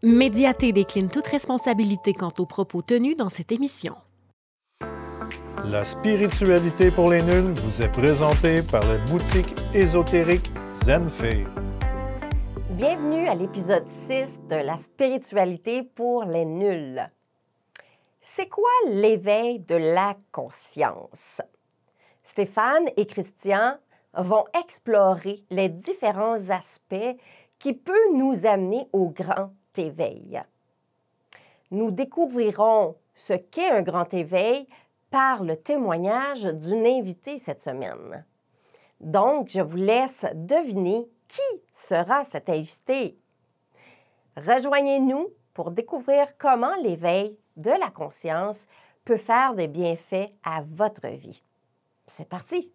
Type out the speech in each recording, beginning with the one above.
Médiaté décline toute responsabilité quant aux propos tenus dans cette émission. La spiritualité pour les nuls vous est présentée par la boutique ésotérique Zenfei. Bienvenue à l'épisode 6 de la spiritualité pour les nuls. C'est quoi l'éveil de la conscience? Stéphane et Christian vont explorer les différents aspects qui peuvent nous amener au grand éveil. Nous découvrirons ce qu'est un grand éveil par le témoignage d'une invitée cette semaine. Donc, je vous laisse deviner qui sera cette invitée. Rejoignez-nous pour découvrir comment l'éveil de la conscience peut faire des bienfaits à votre vie. C'est parti!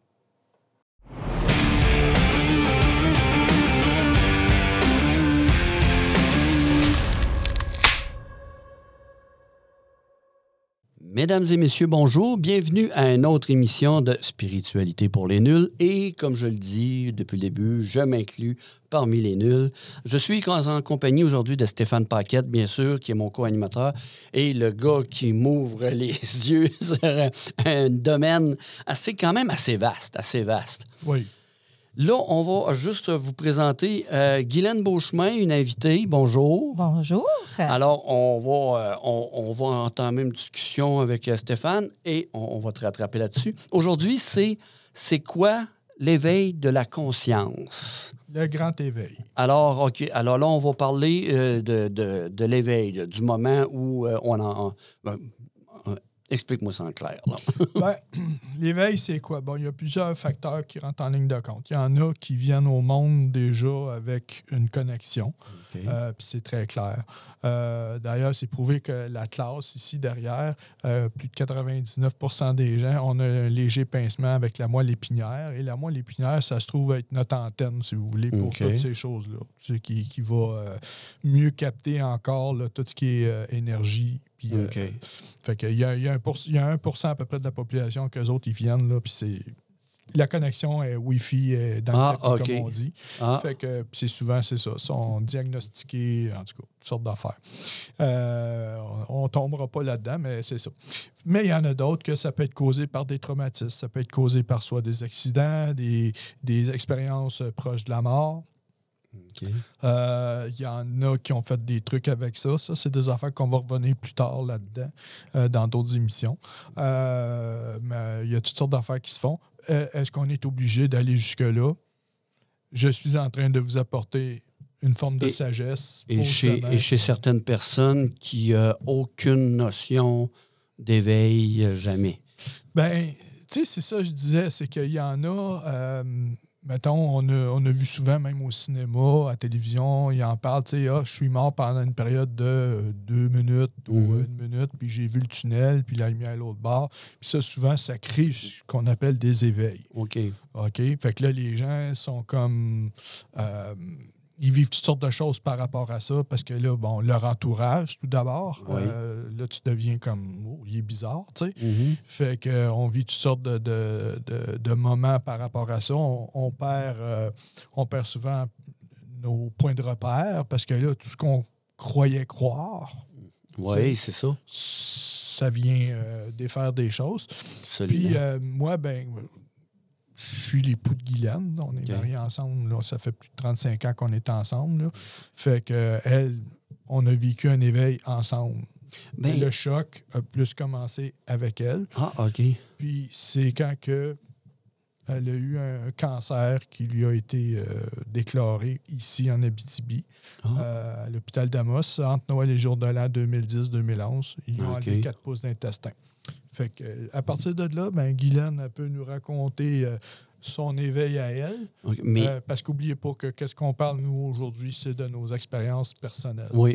Mesdames et messieurs, bonjour. Bienvenue à une autre émission de Spiritualité pour les nuls. Et comme je le dis depuis le début, je m'inclus parmi les nuls. Je suis en compagnie aujourd'hui de Stéphane Paquette, bien sûr, qui est mon co-animateur, et le gars qui m'ouvre les yeux sur un domaine quand même assez vaste. Oui. Là, on va juste vous présenter Guylaine Beauchemin, une invitée. Bonjour. Bonjour. Alors, on va entamer une discussion avec Stéphane et on va te rattraper là-dessus. Aujourd'hui, c'est quoi l'éveil de la conscience? Le grand éveil. Alors, OK. Alors là, on va parler de l'éveil, du moment où explique-moi ça en clair. L'éveil, c'est quoi? Bon, il y a plusieurs facteurs qui rentrent en ligne de compte. Il y en a qui viennent au monde déjà avec une connexion. Okay. Puis c'est très clair. D'ailleurs, c'est prouvé que la classe, ici derrière, plus de 99% des gens, on a un léger pincement avec la moelle épinière. Et la moelle épinière, ça se trouve être notre antenne, si vous voulez, pour toutes ces choses-là. Ce qui va mieux capter encore là, tout ce qui est énergie. Puis, fait qu'il y a 1% à peu près de la population qu'eux autres, ils viennent, là, puis c'est... La connexion est Wi-Fi dans le tapis, comme on dit. Fait que c'est souvent, c'est ça. Ils sont diagnostiqués, en tout cas, toutes sortes d'affaires. On ne tombera pas là-dedans, mais c'est ça. Mais il y en a d'autres que ça peut être causé par des traumatismes. Ça peut être causé par soit des accidents, des expériences proches de la mort. Il y en a qui ont fait des trucs avec ça. Ça, c'est des affaires qu'on va revenir plus tard là-dedans, dans d'autres émissions. Mais il y a toutes sortes d'affaires qui se font. Est-ce qu'on est obligé d'aller jusque-là? Je suis en train de vous apporter une forme de sagesse. Et chez certaines personnes qui n'ont aucune notion d'éveil, jamais. Bien, tu sais, c'est ça que je disais, c'est qu'il y en a... mettons, on a vu souvent, même au cinéma, à la télévision, ils en parlent, tu sais, je suis mort pendant une période de 2 minutes ou 1 minute, puis j'ai vu le tunnel, puis la lumière à l'autre bord. Puis ça, souvent, ça crée ce qu'on appelle des éveils. OK. Fait que là, les gens sont comme... ils vivent toutes sortes de choses par rapport à ça, parce que là, bon, leur entourage, tout d'abord, là, tu deviens comme, il est bizarre, tu sais. Fait qu'on vit toutes sortes de moments par rapport à ça. On perd souvent nos points de repère, parce que là, tout ce qu'on croyait croire, c'est ça. Ça vient défaire des choses. Puis moi, je suis l'époux de Guylaine. On est mariés ensemble. Là, ça fait plus de 35 ans qu'on est ensemble. Là. Fait qu'elle, on a vécu un éveil ensemble. Le choc a plus commencé avec elle. Ah, OK. Puis c'est quand elle a eu un cancer qui lui a été déclaré ici en Abitibi, à l'hôpital d'Amos, entre Noël et Jour de l'an 2010-2011. Ils ont enlevé 4 pouces d'intestin. Fait que, à partir de là, Guylaine peut nous raconter son éveil à elle. Parce qu'oubliez pas que qu'est-ce qu'on parle, nous, aujourd'hui, c'est de nos expériences personnelles. Oui.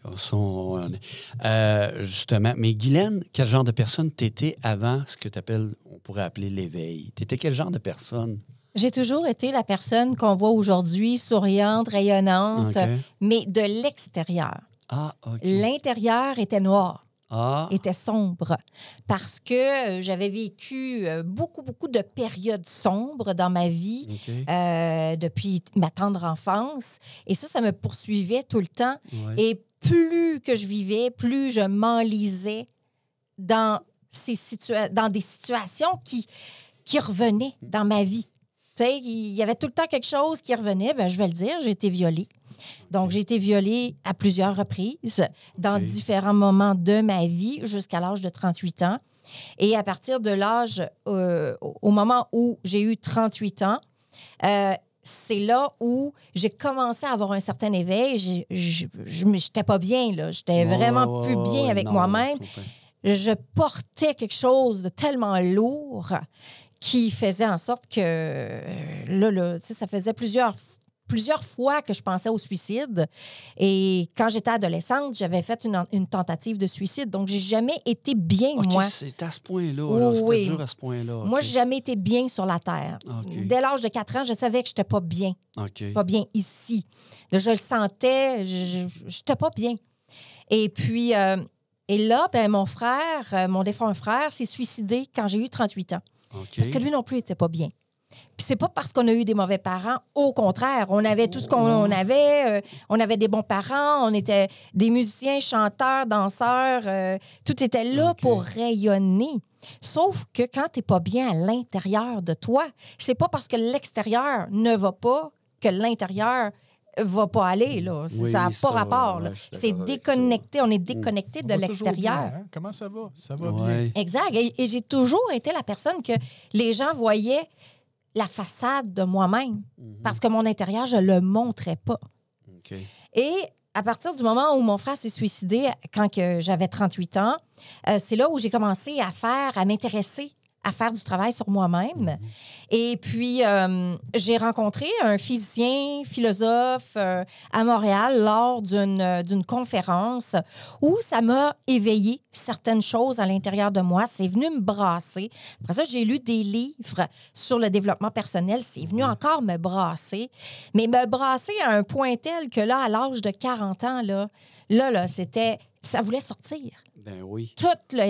Justement. Mais Guylaine, quel genre de personne t'étais avant ce que on pourrait appeler l'éveil? T'étais quel genre de personne? J'ai toujours été la personne qu'on voit aujourd'hui, souriante, rayonnante, mais de l'extérieur. Ah, OK. L'intérieur était noir. Était sombre parce que j'avais vécu beaucoup de périodes sombres dans ma vie depuis ma tendre enfance. Et ça me poursuivait tout le temps. Ouais. Et plus que je vivais, plus je m'enlisais dans des situations qui revenaient dans ma vie. Tu sais, il y avait tout le temps quelque chose qui revenait. Bien, je vais le dire, j'ai été violée. Donc, j'ai été violée à plusieurs reprises dans différents moments de ma vie jusqu'à l'âge de 38 ans. Et à partir de l'âge, au moment où j'ai eu 38 ans, c'est là où j'ai commencé à avoir un certain éveil. Je n'étais pas bien, là. J'étais vraiment plus bien avec moi-même. Je portais quelque chose de tellement lourd qui faisait en sorte que, là ça faisait plusieurs fois que je pensais au suicide. Et quand j'étais adolescente, j'avais fait une tentative de suicide. Donc, j'ai jamais été bien, moi. C'est à ce point-là. C'était dur à ce point-là. Moi, j'ai jamais été bien sur la terre. Dès l'âge de 4 ans, je savais que je n'étais pas bien. Pas bien ici. Là, je le sentais. Je n'étais pas bien. Et puis, et là, ben, mon défunt frère s'est suicidé quand j'ai eu 38 ans. Parce que lui non plus n'était pas bien. Puis c'est pas parce qu'on a eu des mauvais parents. Au contraire, on avait tout ce qu'on avait. On avait des bons parents. On était des musiciens, chanteurs, danseurs. Tout était là pour rayonner. Sauf que quand tu n'es pas bien à l'intérieur de toi, c'est pas parce que l'extérieur ne va pas que l'intérieur va pas aller. Là. Ça n'a pas rapport. Là. C'est déconnecté. On est déconnecté de l'extérieur. Bien, hein? Comment ça va? Ça va bien. Exact. Et j'ai toujours été la personne que les gens voyaient la façade de moi-même parce que mon intérieur, je ne le montrais pas. Et à partir du moment où mon frère s'est suicidé, quand j'avais 38 ans, c'est là où j'ai commencé à m'intéresser à faire du travail sur moi-même. Et puis, j'ai rencontré un physicien, philosophe à Montréal lors d'une conférence où ça m'a éveillé certaines choses à l'intérieur de moi. C'est venu me brasser. Après ça, j'ai lu des livres sur le développement personnel. C'est venu encore me brasser. Mais me brasser à un point tel que là, à l'âge de 40 ans, là, ça voulait sortir. Ben oui. Tout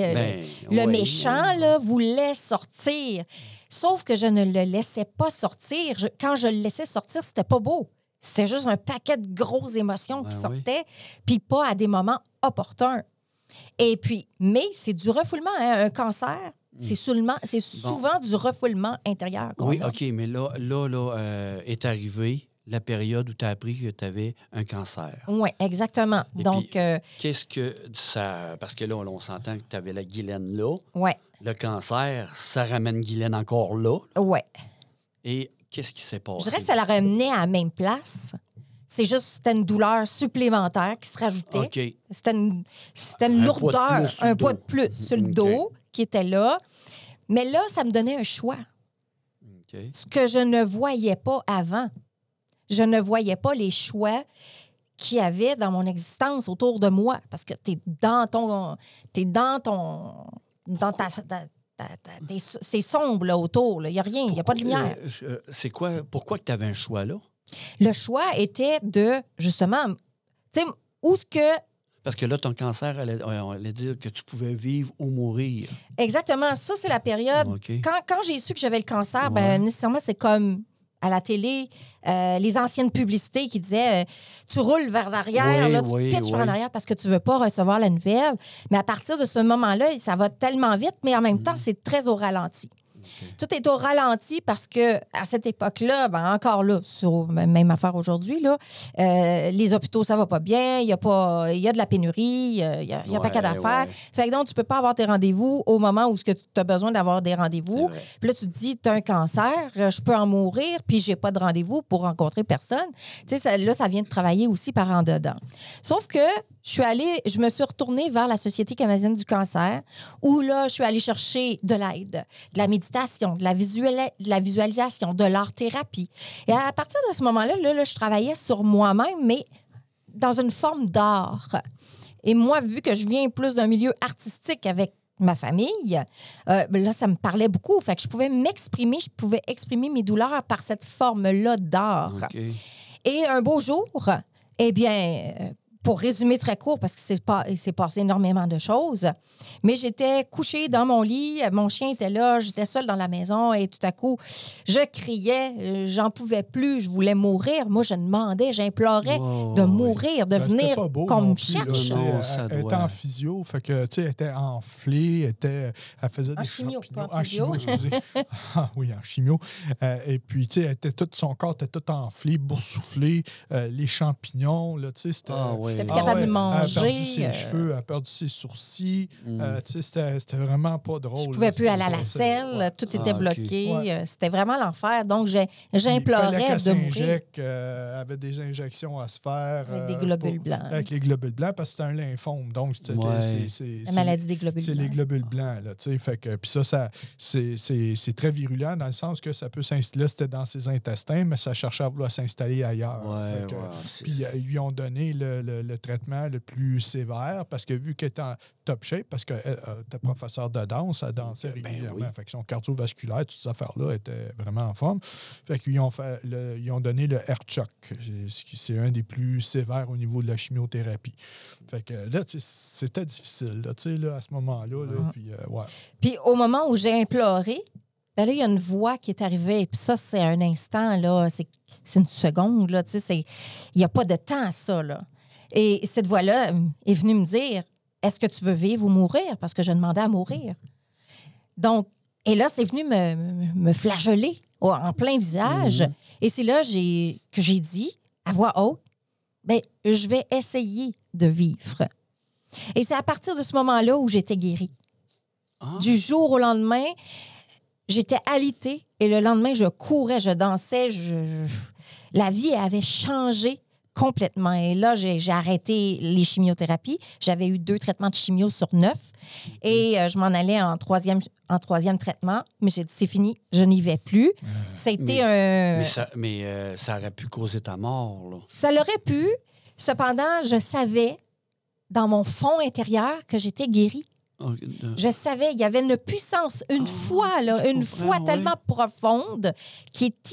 le méchant là, voulait sortir. Sauf que je ne le laissais pas sortir. Quand je le laissais sortir, c'était pas beau. C'était juste un paquet de grosses émotions qui sortaient, puis pas à des moments opportuns. Et puis, mais c'est du refoulement. Hein? Un cancer, c'est souvent du refoulement intérieur. Oui, OK, mais là est arrivé la période où tu as appris que tu avais un cancer. Oui, exactement. Et donc, puis, qu'est-ce que ça... Parce que là, on s'entend que tu avais la Guylaine là. Oui. Le cancer, ça ramène Guylaine encore là. Oui. Et qu'est-ce qui s'est passé? Je dirais que ça la ramenait à la même place. C'est juste c'était une douleur supplémentaire qui se rajoutait. OK. C'était une lourdeur, un poids de plus sur le dos qui était là. Mais là, ça me donnait un choix. Ce que je ne voyais pas avant. Je ne voyais pas les choix qu'il y avait dans mon existence autour de moi. Parce que c'est sombre là, autour. Il n'y a rien, il n'y a pas de lumière. C'est quoi? Pourquoi tu avais un choix là? Le choix était de, justement, tu sais, où est-ce que... Parce que là, ton cancer allait dire que tu pouvais vivre ou mourir. Exactement. Ça, c'est la période... Okay. Quand j'ai su que j'avais le cancer, ben nécessairement, c'est comme... à la télé, les anciennes publicités qui disaient tu roules vers l'arrière, là, tu te pitches vers l'arrière parce que tu ne veux pas recevoir la nouvelle. Mais à partir de ce moment-là, ça va tellement vite, mais en même temps, c'est très au ralenti. Tout est au ralenti parce que à cette époque-là, ben encore là, même affaire aujourd'hui, là, les hôpitaux, ça va pas bien, il y a de la pénurie, il y a pas qu'à d'affaires. Fait que donc, tu peux pas avoir tes rendez-vous au moment où tu as besoin d'avoir des rendez-vous. Puis là, tu te dis, tu as un cancer, je peux en mourir, puis j'ai pas de rendez-vous pour rencontrer personne. Tu sais, là, ça vient de travailler aussi par en dedans. Sauf que je me suis retournée vers la Société canadienne du cancer, où là, je suis allée chercher de l'aide, de la méditation, de la visualisation, de l'art-thérapie. Et à partir de ce moment-là, là, je travaillais sur moi-même, mais dans une forme d'art. Et moi, vu que je viens plus d'un milieu artistique avec ma famille, là, ça me parlait beaucoup. Fait que je pouvais exprimer mes douleurs par cette forme-là d'art. Et un beau jour, eh bien... pour résumer très court, parce qu'il s'est passé énormément de choses, mais j'étais couchée dans mon lit, mon chien était là, j'étais seule dans la maison et tout à coup, je criais, j'en pouvais plus, je voulais mourir. Moi, je demandais, j'implorais de mourir, de venir qu'on me cherche. Elle était en physio, fait que, tu sais, elle était enflée, elle faisait des chimio, champignons. pas en physio. Excusez. Ah oui, en chimio. Et puis, tu sais, son corps était tout enflé, boursouflé, les champignons, là, tu sais, c'était... J'étais plus capable de manger. Elle a perdu ses cheveux, elle a perdu ses sourcils. Tu sais, c'était vraiment pas drôle. Je pouvais plus aller à la selle, tout était bloqué. Okay. C'était vraiment l'enfer. Donc, j'implorais de mourir. Elle avait des injections à se faire. Avec des globules blancs. Avec les globules blancs, parce que c'était un lymphome. Donc, c'est la maladie des globules blancs. C'est les globules blancs, là, tu sais. Fait que, puis ça c'est très virulent dans le sens que ça peut s'installer. Là, c'était dans ses intestins, mais ça cherchait à vouloir s'installer ailleurs. Puis, ils lui ont donné le traitement le plus sévère parce que vu qu'elle était en top shape, parce qu'elle était professeure de danse, elle dansait régulièrement. Fait que son cardiovasculaire, toutes ces affaires-là étaient vraiment en forme. Fait qu'ils ils ont donné le Herzog. C'est un des plus sévères au niveau de la chimiothérapie. Fait que là, c'était difficile, là, à ce moment-là. Là, puis au moment où j'ai imploré, ben là, il y a une voix qui est arrivée. Puis ça, c'est un instant, là. C'est une seconde, là. Il n'y a pas de temps à ça, là. Et cette voix-là est venue me dire, est-ce que tu veux vivre ou mourir? Parce que je demandais à mourir. Donc, et là, c'est venu me flageoler en plein visage. Et c'est là que j'ai dit, à voix haute, bien, je vais essayer de vivre. Et c'est à partir de ce moment-là où j'étais guérie. Du jour au lendemain, j'étais alitée. Et le lendemain, je courais, je dansais. La vie avait changé complètement. Et là, j'ai arrêté les chimiothérapies. J'avais eu 2 traitements de chimio sur 9. Et je m'en allais en troisième traitement. Mais j'ai dit, c'est fini, je n'y vais plus. Ça a été Mais ça aurait pu causer ta mort, là. Ça l'aurait pu. Cependant, je savais, dans mon fond intérieur, que j'étais guérie. Je savais, il y avait une puissance, une foi tellement profonde qui est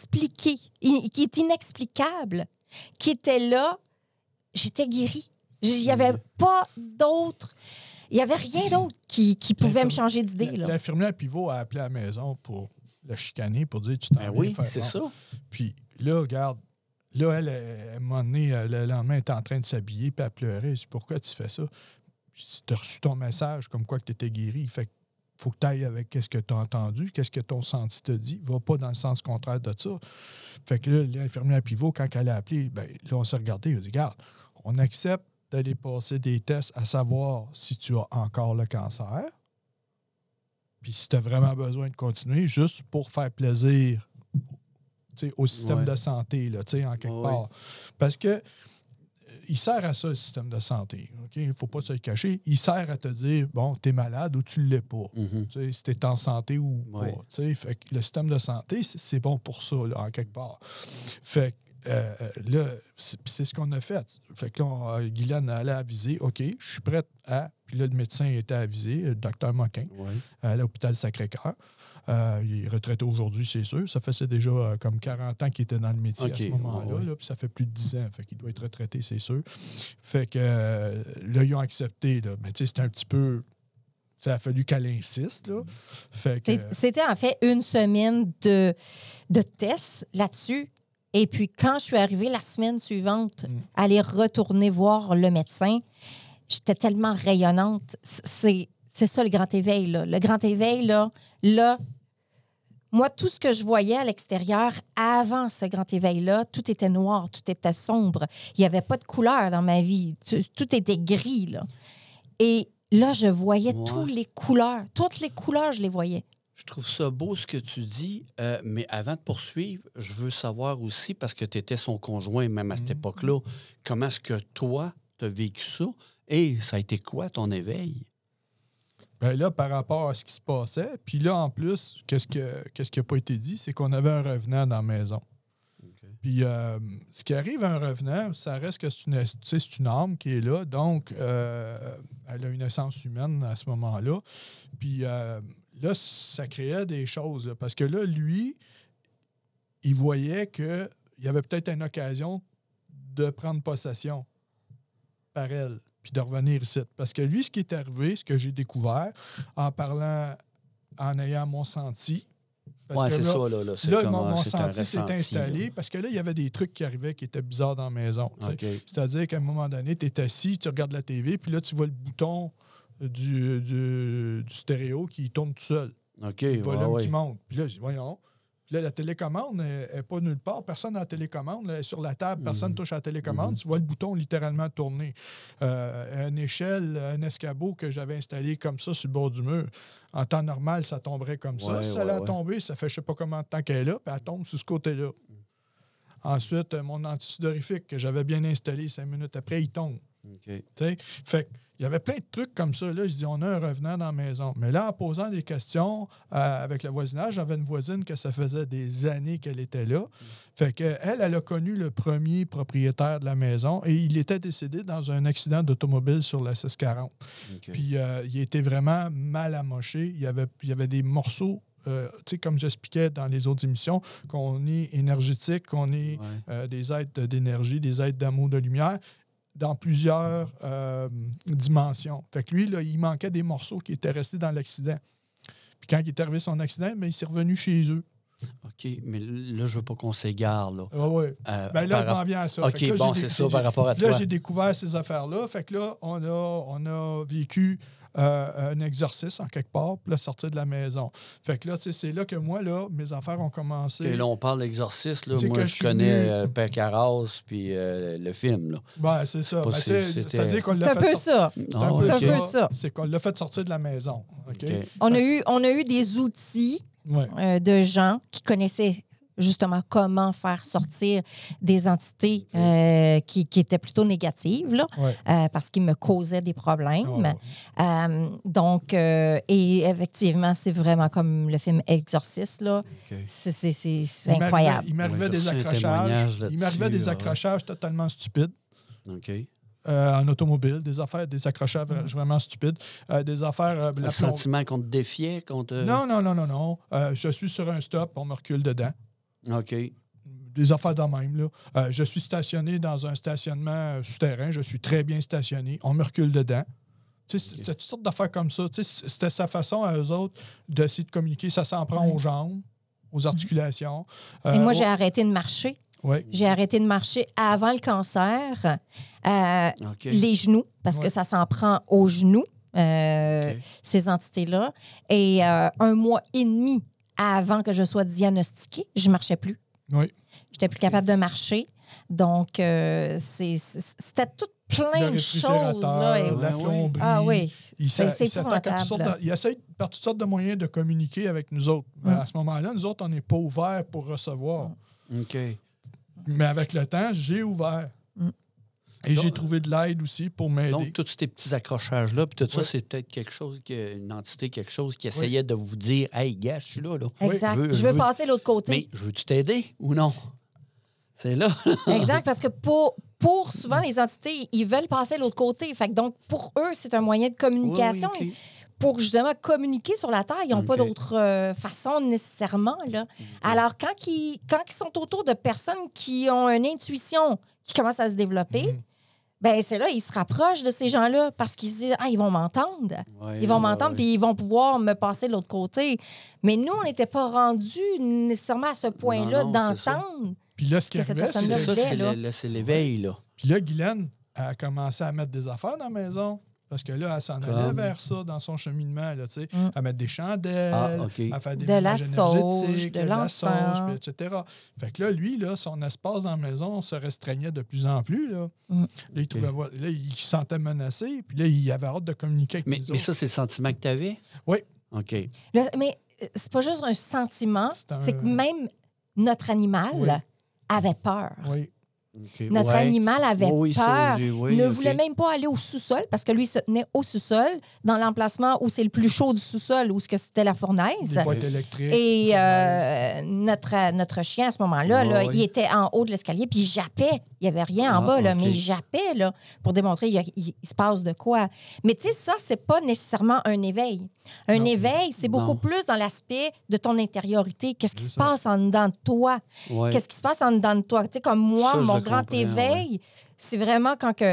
inexplicable, qui était là. J'étais guérie. Il n'y avait pas d'autre. Il n'y avait rien d'autre qui pouvait me changer d'idée. L'infirmière pivot a appelé à la maison pour le chicaner, pour dire tu t'en viens faire c'est ça. Puis là, regarde, là, elle, à un moment donné, le lendemain, elle était en train de s'habiller, puis elle pleurait. Je dis, pourquoi tu fais ça? Tu as reçu ton message comme quoi que tu étais guéri. Fait faut que tu ailles avec ce que tu as entendu, qu'est-ce que ton senti te dit. Va pas dans le sens contraire de ça. Fait que là, l'infirmière pivot, quand elle a appelé, là, on s'est regardé. Elle a dit, regarde, on accepte d'aller passer des tests à savoir si tu as encore le cancer. Puis si tu as vraiment besoin de continuer, juste pour faire plaisir au système de santé, là, en quelque part. Parce que il sert à ça, le système de santé. Okay? Il ne faut pas se le cacher. Il sert à te dire, bon, tu es malade ou tu ne l'es pas. Si tu es en santé ou pas. Fait que le système de santé, c'est bon pour ça, là, en quelque part. Fait que là, c'est ce qu'on a fait. Fait que là, Guylaine allait aviser, OK, je suis prête à... Puis là, le médecin était avisé, le docteur Moquin, à l'hôpital Sacré-Cœur. Il est retraité aujourd'hui, c'est sûr. Ça faisait déjà comme 40 ans qu'il était dans le métier à ce moment-là. Là, puis ça fait plus de 10 ans. Fait qu'il doit être retraité, c'est sûr. Fait que là, ils ont accepté. Là. Mais tu sais, c'était un petit peu... Ça a fallu qu'elle insiste. Là. Fait que... C'était en fait une semaine de tests là-dessus. Et puis, quand je suis arrivée la semaine suivante, aller retourner voir le médecin, j'étais tellement rayonnante. C'est ça, le grand éveil. Là. Le grand éveil, là, moi, tout ce que je voyais à l'extérieur avant ce grand éveil-là, tout était noir, tout était sombre. Il n'y avait pas de couleur dans ma vie. Tout était gris. Là. Et là, je voyais toutes les couleurs, je les voyais. Je trouve ça beau ce que tu dis, mais avant de poursuivre, je veux savoir aussi, parce que tu étais son conjoint même à cette époque-là, comment est-ce que toi, tu as vécu ça et ça a été quoi ton éveil? Bien là, par rapport à ce qui se passait, puis là, en plus, qu'est-ce qui n'a pas été dit, c'est qu'on avait un revenant dans la maison. Okay. Puis ce qui arrive à un revenant, ça reste que c'est une âme qui est là, donc elle a une essence humaine à ce moment-là. Puis là, ça créait des choses, parce que là, lui, il voyait qu'il y avait peut-être une occasion de prendre possession. par elle, puis de revenir ici. Parce que lui, ce qui est arrivé, ce que j'ai découvert en parlant, en ayant mon senti, Oui, c'est ça. Là, mon senti s'est installé parce que là, il y avait des trucs qui arrivaient qui étaient bizarres dans la maison. Okay. C'est-à-dire qu'à un moment donné, tu es assis, tu regardes la TV, puis là, tu vois le bouton du stéréo qui tourne tout seul. OK, le volume qui monte. Puis là, je dis, voyons. Puis là, la télécommande n'est pas nulle part. Personne n'a la télécommande. Là, elle est sur la table, personne ne touche à la télécommande. Tu vois le bouton littéralement tourner. Une échelle, un escabeau que j'avais installé comme ça sur le bord du mur. En temps normal, ça tomberait comme ça. Si ça allait tomber, ça fait je ne sais pas combien de temps qu'elle est là, puis elle tombe sur ce côté-là. Ensuite, mon antisudorifique que j'avais bien installé 5 minutes après, il tombe. Okay. Fait il y avait plein de trucs comme ça. Là, je dis, on a un revenant dans la maison. Mais là, en posant des questions avec le voisinage, j'avais une voisine que ça faisait des années qu'elle était là. Fait qu'elle, elle a connu le premier propriétaire de la maison et il était décédé dans un accident d'automobile sur la 640. Okay. Puis il était vraiment mal amoché. Il y avait des morceaux. Comme j'expliquais dans les autres émissions, qu'on est énergétique, qu'on est des êtres d'énergie, des êtres d'amour, de lumière, dans plusieurs dimensions. Fait que lui, là, il manquait des morceaux qui étaient restés dans l'accident. Puis quand il est arrivé son accident, il s'est revenu chez eux. OK, mais là, je veux pas qu'on s'égare, là. Oui. Là, je m'en viens à ça. OK, bon, c'est ça par rapport à toi. Là, j'ai découvert ces affaires-là. Fait que là, on a vécu un exorcisme en quelque part, puis là, sortir de la maison. Fait que là, c'est là que moi, là, mes affaires ont commencé. Et là, on parle d'exorcisme, là. Moi, je connais Père Carras, puis le film, là. Ben, c'est ça. C'est-à-dire qu'on l'a fait... C'est un peu ça. C'est qu'on l'a fait sortir de la maison. Okay? On a eu des outils de gens qui connaissaient justement comment faire sortir des entités qui étaient plutôt négatives, là, parce qu'ils me causaient des problèmes. Et effectivement, c'est vraiment comme le film Exorciste, là. C'est incroyable. Il m'arrivait des accrochages. Il m'arrivait des accrochages totalement stupides. OK. En automobile, des accrochages vraiment stupides, des affaires... Un sentiment qu'on te défiait? Non. Je suis sur un stop, on me recule dedans. OK. Des affaires de même, là. Je suis stationné dans un stationnement souterrain. Je suis très bien stationné. On me recule dedans. C'est toutes sortes d'affaires comme ça. C'était sa façon à eux autres d'essayer de communiquer. Ça s'en prend aux jambes, aux articulations. Et moi, j'ai arrêté de marcher. Oui. J'ai arrêté de marcher avant le cancer. Les genoux, parce que ça s'en prend aux genoux, ces entités-là. Et 1 mois et demi avant que je sois diagnostiquée, je ne marchais plus. Oui. Je n'étais plus capable de marcher. Donc, c'était tout plein de choses. Là, la plomberie. Ah oui, c'est épouvantable. Il essaie par toutes sortes de moyens de communiquer avec nous autres. Mais à ce moment-là, nous autres, on n'est pas ouverts pour recevoir. OK. Mais avec le temps, j'ai ouvert. Et j'ai trouvé de l'aide aussi pour m'aider. Donc, tous ces petits accrochages-là, puis tout ça, c'est peut-être une entité, quelque chose qui essayait de vous dire « Hey, gars, je suis là. » Exact. Je veux passer de l'autre côté. Mais je veux-tu t'aider ou non? C'est là. Exact, parce que pour souvent, les entités, ils veulent passer de l'autre côté. Fait que donc, pour eux, c'est un moyen de communication. Oui, okay. Pour justement communiquer sur la Terre, ils n'ont pas d'autre façon nécessairement. Là. Alors, quand ils sont autour de personnes qui ont une intuition qui commence à se développer, ben c'est là, ils se rapprochent de ces gens-là parce qu'ils se disent « Ah, ils vont m'entendre. Ils vont m'entendre puis ils vont pouvoir me passer de l'autre côté. » Mais nous, on n'était pas rendus nécessairement à ce point-là d'entendre. Puis là, ce qui arrivait, c'est l'éveil, là. Puis là, Guylaine a commencé à mettre des affaires dans la maison. Parce que là, elle s'en allait vers ça dans son cheminement, là, tu sais, à mettre des chandelles, à faire des ménages énergétiques, de l'encens, etc. Fait que là, lui, là, son espace dans la maison se restreignait de plus en plus. Là, il se sentait menacé, puis là, il avait hâte de communiquer avec nous autres. Mais ça, c'est le sentiment que tu avais? Oui. OK. Mais c'est pas juste un sentiment, c'est que même notre animal avait peur. Oui. Okay. Notre animal avait peur, ne voulait même pas aller au sous-sol parce que lui il se tenait au sous-sol, dans l'emplacement où c'est le plus chaud du sous-sol, où c'était la fournaise. Des boîtes électriques. Et notre chien, à ce moment-là, il était en haut de l'escalier, puis il jappait. Il n'y avait rien en bas, là, mais il jappait là, pour démontrer qu'il se passe de quoi. Mais tu sais, ça, c'est pas nécessairement un éveil. Un éveil, c'est beaucoup plus dans l'aspect de ton intériorité. Qu'est-ce qui se passe en dedans de toi? Qu'est-ce qui se passe en dedans de toi? Tu sais, comme moi, mon grand éveil, c'est vraiment quand que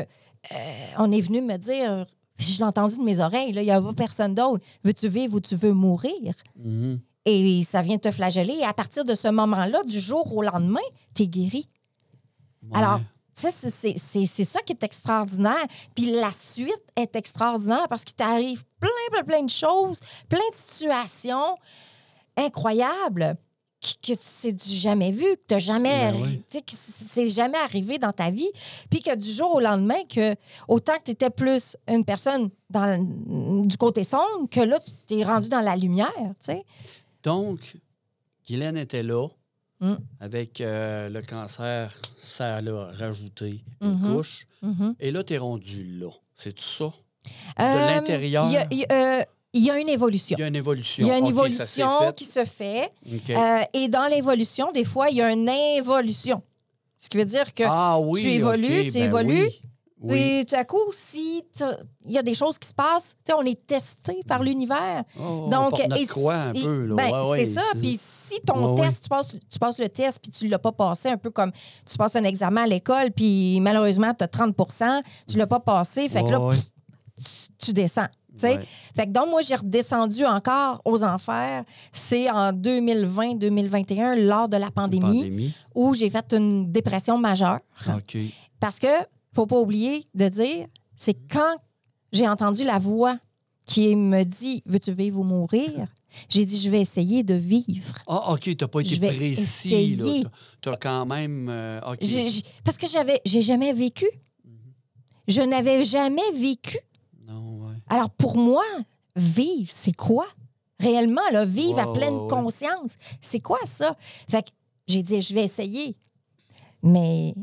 on est venu me dire, je l'ai entendu de mes oreilles, là, il n'y a pas personne d'autre. Veux-tu vivre ou tu veux mourir? Mhm. Et ça vient te flageller. Et à partir de ce moment-là, du jour au lendemain, tu es guéri. Ouais. Alors, tu sais, c'est ça qui est extraordinaire. Puis la suite est extraordinaire parce qu'il t'arrive plein de choses, plein de situations incroyables que tu n'as jamais vues, que tu n'as jamais, tu sais, que c'est jamais arrivé dans ta vie. Puis que du jour au lendemain, que autant que tu étais plus une personne du côté sombre, que là, tu t'es rendu dans la lumière, tu sais. Donc, Guylaine était là. Avec le cancer, ça l'a rajouté une couche. Et là, tu es rendu là. C'est tout ça? De l'intérieur? Il y a une évolution. Il y a une évolution. Il y a une OK, évolution qui se fait. OK. Et dans l'évolution, des fois, il y a une involution. Ce qui veut dire que tu évolues, tu évolues. Oui. Puis tout à coup, si il y a des choses qui se passent, tu sais, on est testé par l'univers. Donc, notre croix un peu. Là. C'est ça. Puis si ton test, tu passes le test, puis tu ne l'as pas passé, un peu comme tu passes un examen à l'école, puis malheureusement, tu as 30 tu ne l'as pas passé. Fait que là, tu descends. Ouais. Fait que donc, moi, j'ai redescendu encore aux enfers. C'est en 2020-2021, lors de la pandémie, où j'ai fait une dépression majeure. Okay. Parce que, faut pas oublier de dire, c'est quand j'ai entendu la voix qui me dit « Veux-tu vivre ou mourir? » J'ai dit « Je vais essayer de vivre. » Ah, OK, tu n'as pas été précis. Tu as quand même... parce que j'ai jamais vécu. Je n'avais jamais vécu. Non, ouais. Alors, pour moi, vivre, c'est quoi? Réellement, là, vivre à pleine conscience, c'est quoi ça? Fait que j'ai dit, je vais essayer. Mais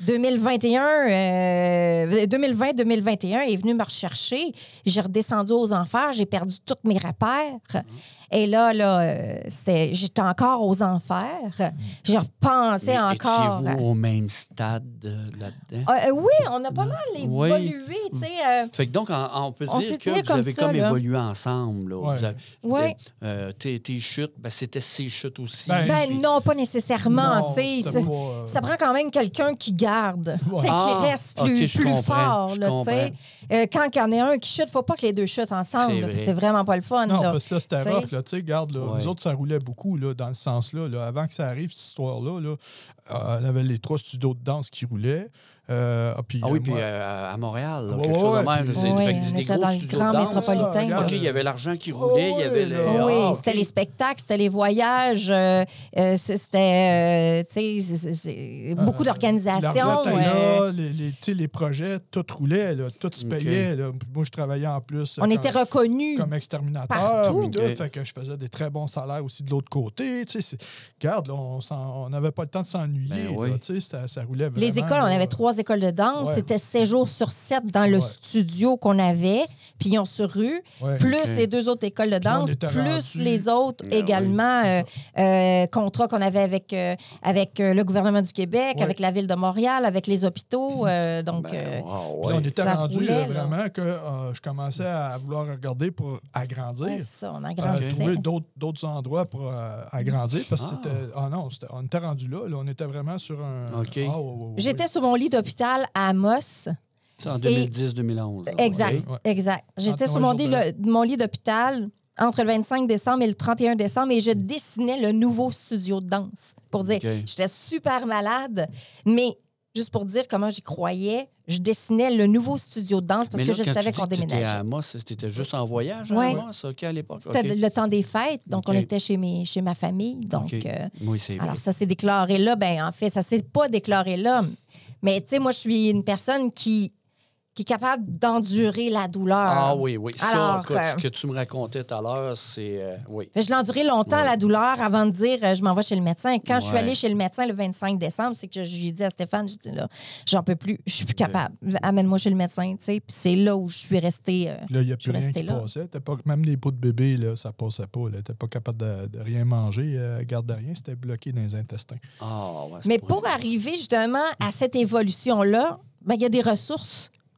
2020-2021 est venu me rechercher. J'ai redescendu aux enfers. J'ai perdu tous mes repères. Et là j'étais encore aux enfers. Je repensais encore... Étiez-vous au même stade là-dedans? Oui, on a pas mal évolué. Fait que donc, on peut dire que vous avez comme évolué ensemble. Là. Tes chutes, c'était ses chutes aussi. Non, pas nécessairement. Non, ça prend quand même quelqu'un qui garde, qui reste plus fort. Quand il y en a un qui chute, il ne faut pas que les deux chutent ensemble. C'est vraiment pas le fun. Non, parce que là, c'était rough. Là, regarde, là, nous autres, ça roulait beaucoup là, dans ce sens-là. Là. Avant que ça arrive, cette histoire-là, on avait les 3 studios de danse qui roulaient. Puis à Montréal, quelque chose de même. Des gros dans le grand métropolitain. OK, il y avait l'argent qui roulait. Il y avait c'était les spectacles, c'était les voyages, c'était beaucoup d'organisations. Les projets, tout roulait, là, tout se payait. Là. Moi, je travaillais en plus était reconnus comme exterminateur. Partout. Fait que je faisais des très bons salaires aussi de l'autre côté. Regarde, là, on n'avait pas le temps de s'ennuyer. Ça roulait vraiment. Les écoles, on avait 3 écoles de danse. C'était 7 jours sur 7 dans le studio qu'on avait, pignon sur rue, plus les 2 autres écoles de danse, plus les autres également contrats qu'on avait avec le gouvernement du Québec, avec la Ville de Montréal, avec les hôpitaux. Donc, on était rendu vraiment que je commençais à vouloir regarder pour agrandir. C'est ça, on agrandissait. Trouver d'autres endroits pour agrandir, parce que on était rendu là. On était vraiment sur un... J'étais sur mon lit d'hôpital à Amos. En 2010-2011. Exact. J'étais sur mon lit d'hôpital entre le 25 décembre et le 31 décembre et je dessinais le nouveau studio de danse. Pour dire, j'étais super malade, mais juste pour dire comment j'y croyais, je dessinais le nouveau studio de danse parce que je savais qu'on déménageait. À Amos, c'était juste en voyage à Amos, à l'époque? C'était le temps des fêtes, donc on était chez ma famille. Donc, oui, c'est vrai. Alors ça s'est déclaré là. En fait, ça s'est pas déclaré là. Mais tu sais, moi, je suis une personne qui est capable d'endurer la douleur. Ah oui. Alors, ce que tu me racontais tout à l'heure, c'est... Je l'ai enduré longtemps, la douleur, avant de dire je m'en vais chez le médecin. Quand je suis allée chez le médecin le 25 décembre, c'est que je lui ai dit à Stéphane, je dis là, j'en peux plus, je suis plus capable. Amène-moi chez le médecin, tu sais. Puis c'est là où je suis restée. Là, il n'y a plus rien qui passait. Même les bouts de bébé, là, ça passait pas. Tu n'étais pas capable de rien manger, garde de rien. C'était bloqué dans les intestins. Mais pour arriver justement à cette évolution-là, il y a des ressources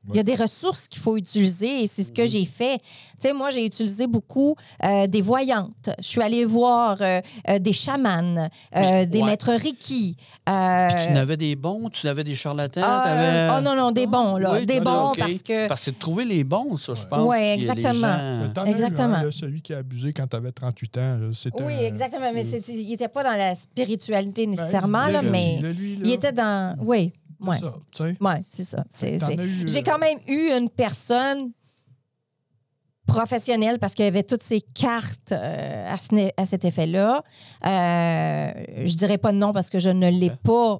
Il y a des ressources qu'il faut utiliser et c'est ce que j'ai fait. Tu sais, moi, j'ai utilisé beaucoup des voyantes. Je suis allée voir des chamans, des maîtres Reiki. Puis tu n'avais des bons, tu avais des charlatans? Oh non, des bons, là. Oui, des bons okay. parce que... Parce que c'est de trouver les bons, ça, je pense. Oui, exactement. Exactement. Là, celui qui a abusé quand tu avais 38 ans. Là, oui, exactement. Mais il n'était pas dans la spiritualité nécessairement, là, mais il était dans... Oui. Ouais. Ça, tu sais. Oui, c'est ça. J'ai quand même eu une personne professionnelle parce qu'il y avait toutes ces cartes à cet effet-là. Je dirais pas de nom parce que je ne l'ai pas.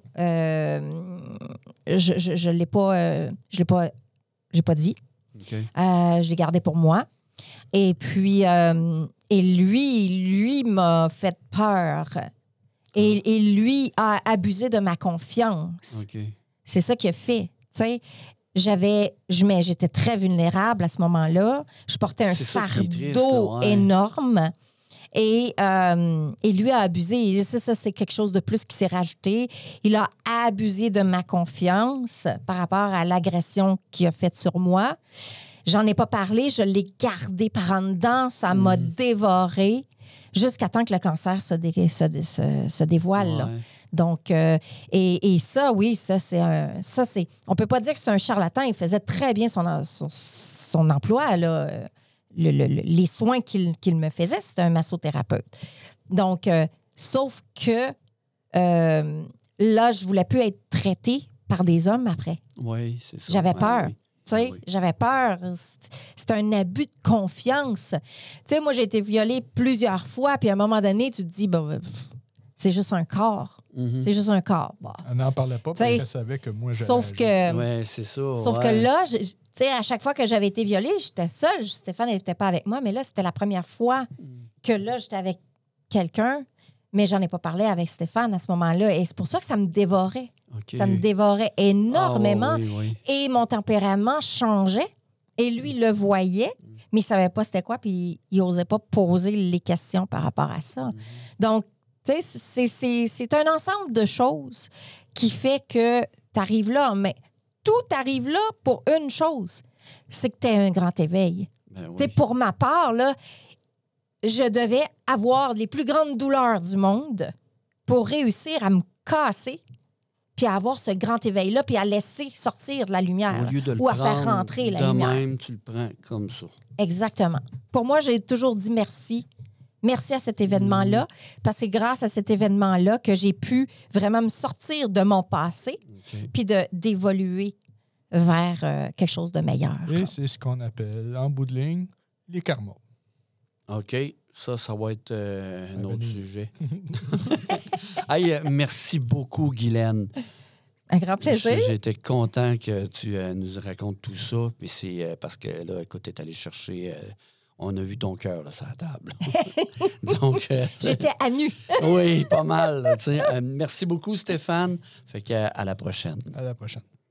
Je l'ai pas. J'ai pas dit. Okay. Je l'ai gardé pour moi. Et puis, et lui m'a fait peur. Et lui a abusé de ma confiance. Okay. C'est ça qu'il a fait. Tu sais, j'étais très vulnérable à ce moment-là. Je portais un fardeau énorme. Et lui a abusé. Et ça, c'est quelque chose de plus qui s'est rajouté. Il a abusé de ma confiance par rapport à l'agression qu'il a faite sur moi. J'en ai pas parlé. Je l'ai gardé par en dedans. Ça m'a dévoré jusqu'à temps que le cancer se dévoile. Ouais. Là. Donc, et ça, oui, ça, c'est... On peut pas dire que c'est un charlatan. Il faisait très bien son emploi, là. Les soins qu'il me faisait, c'était un massothérapeute. Donc, sauf que là, je voulais plus être traitée par des hommes après. Oui, c'est ça. J'avais peur. Oui. Tu sais, j'avais peur. C'était un abus de confiance. Tu sais, moi, j'ai été violée plusieurs fois, puis à un moment donné, tu te dis, bon, c'est juste un corps. Mm-hmm. C'est juste un corps. Bon. Elle n'en parlait pas parce qu'elle savait que moi, j'allais Sauf que... Oui, c'est ça. Sauf que là, tu sais, à chaque fois que j'avais été violée, j'étais seule. Stéphane n'était pas avec moi, mais là, c'était la première fois que là, j'étais avec quelqu'un, mais j'en ai pas parlé avec Stéphane à ce moment-là. Et c'est pour ça que ça me dévorait. Okay. Ça me dévorait énormément. Oui. Et mon tempérament changeait. Et lui, il le voyait, mais il ne savait pas c'était quoi, puis il n'osait pas poser les questions par rapport à ça. Donc, tu sais, c'est un ensemble de choses qui fait que tu arrives là. Mais tout arrive là pour une chose, c'est que tu as un grand éveil. Ben oui. Tu sais, pour ma part, là, je devais avoir les plus grandes douleurs du monde pour réussir à me casser puis à avoir ce grand éveil-là, puis à laisser sortir de la lumière, Au lieu de ou à faire rentrer la lumière. De même, tu le prends comme ça. Exactement. Pour moi, j'ai toujours dit merci. Merci à cet événement-là, parce que c'est grâce à cet événement-là que j'ai pu vraiment me sortir de mon passé, puis d'évoluer vers quelque chose de meilleur. Et c'est ce qu'on appelle, en bout de ligne, les karmas. OK. Ça va être un autre sujet. Hey, merci beaucoup, Guylaine. Un grand plaisir. J'étais content que tu nous racontes tout ça. Puis c'est parce que, là, écoute, tu es allé chercher... on a vu ton cœur, là, sur la table. Donc... J'étais à nu. Oui, pas mal. Merci beaucoup, Stéphane. Fait qu'à la prochaine. À la prochaine.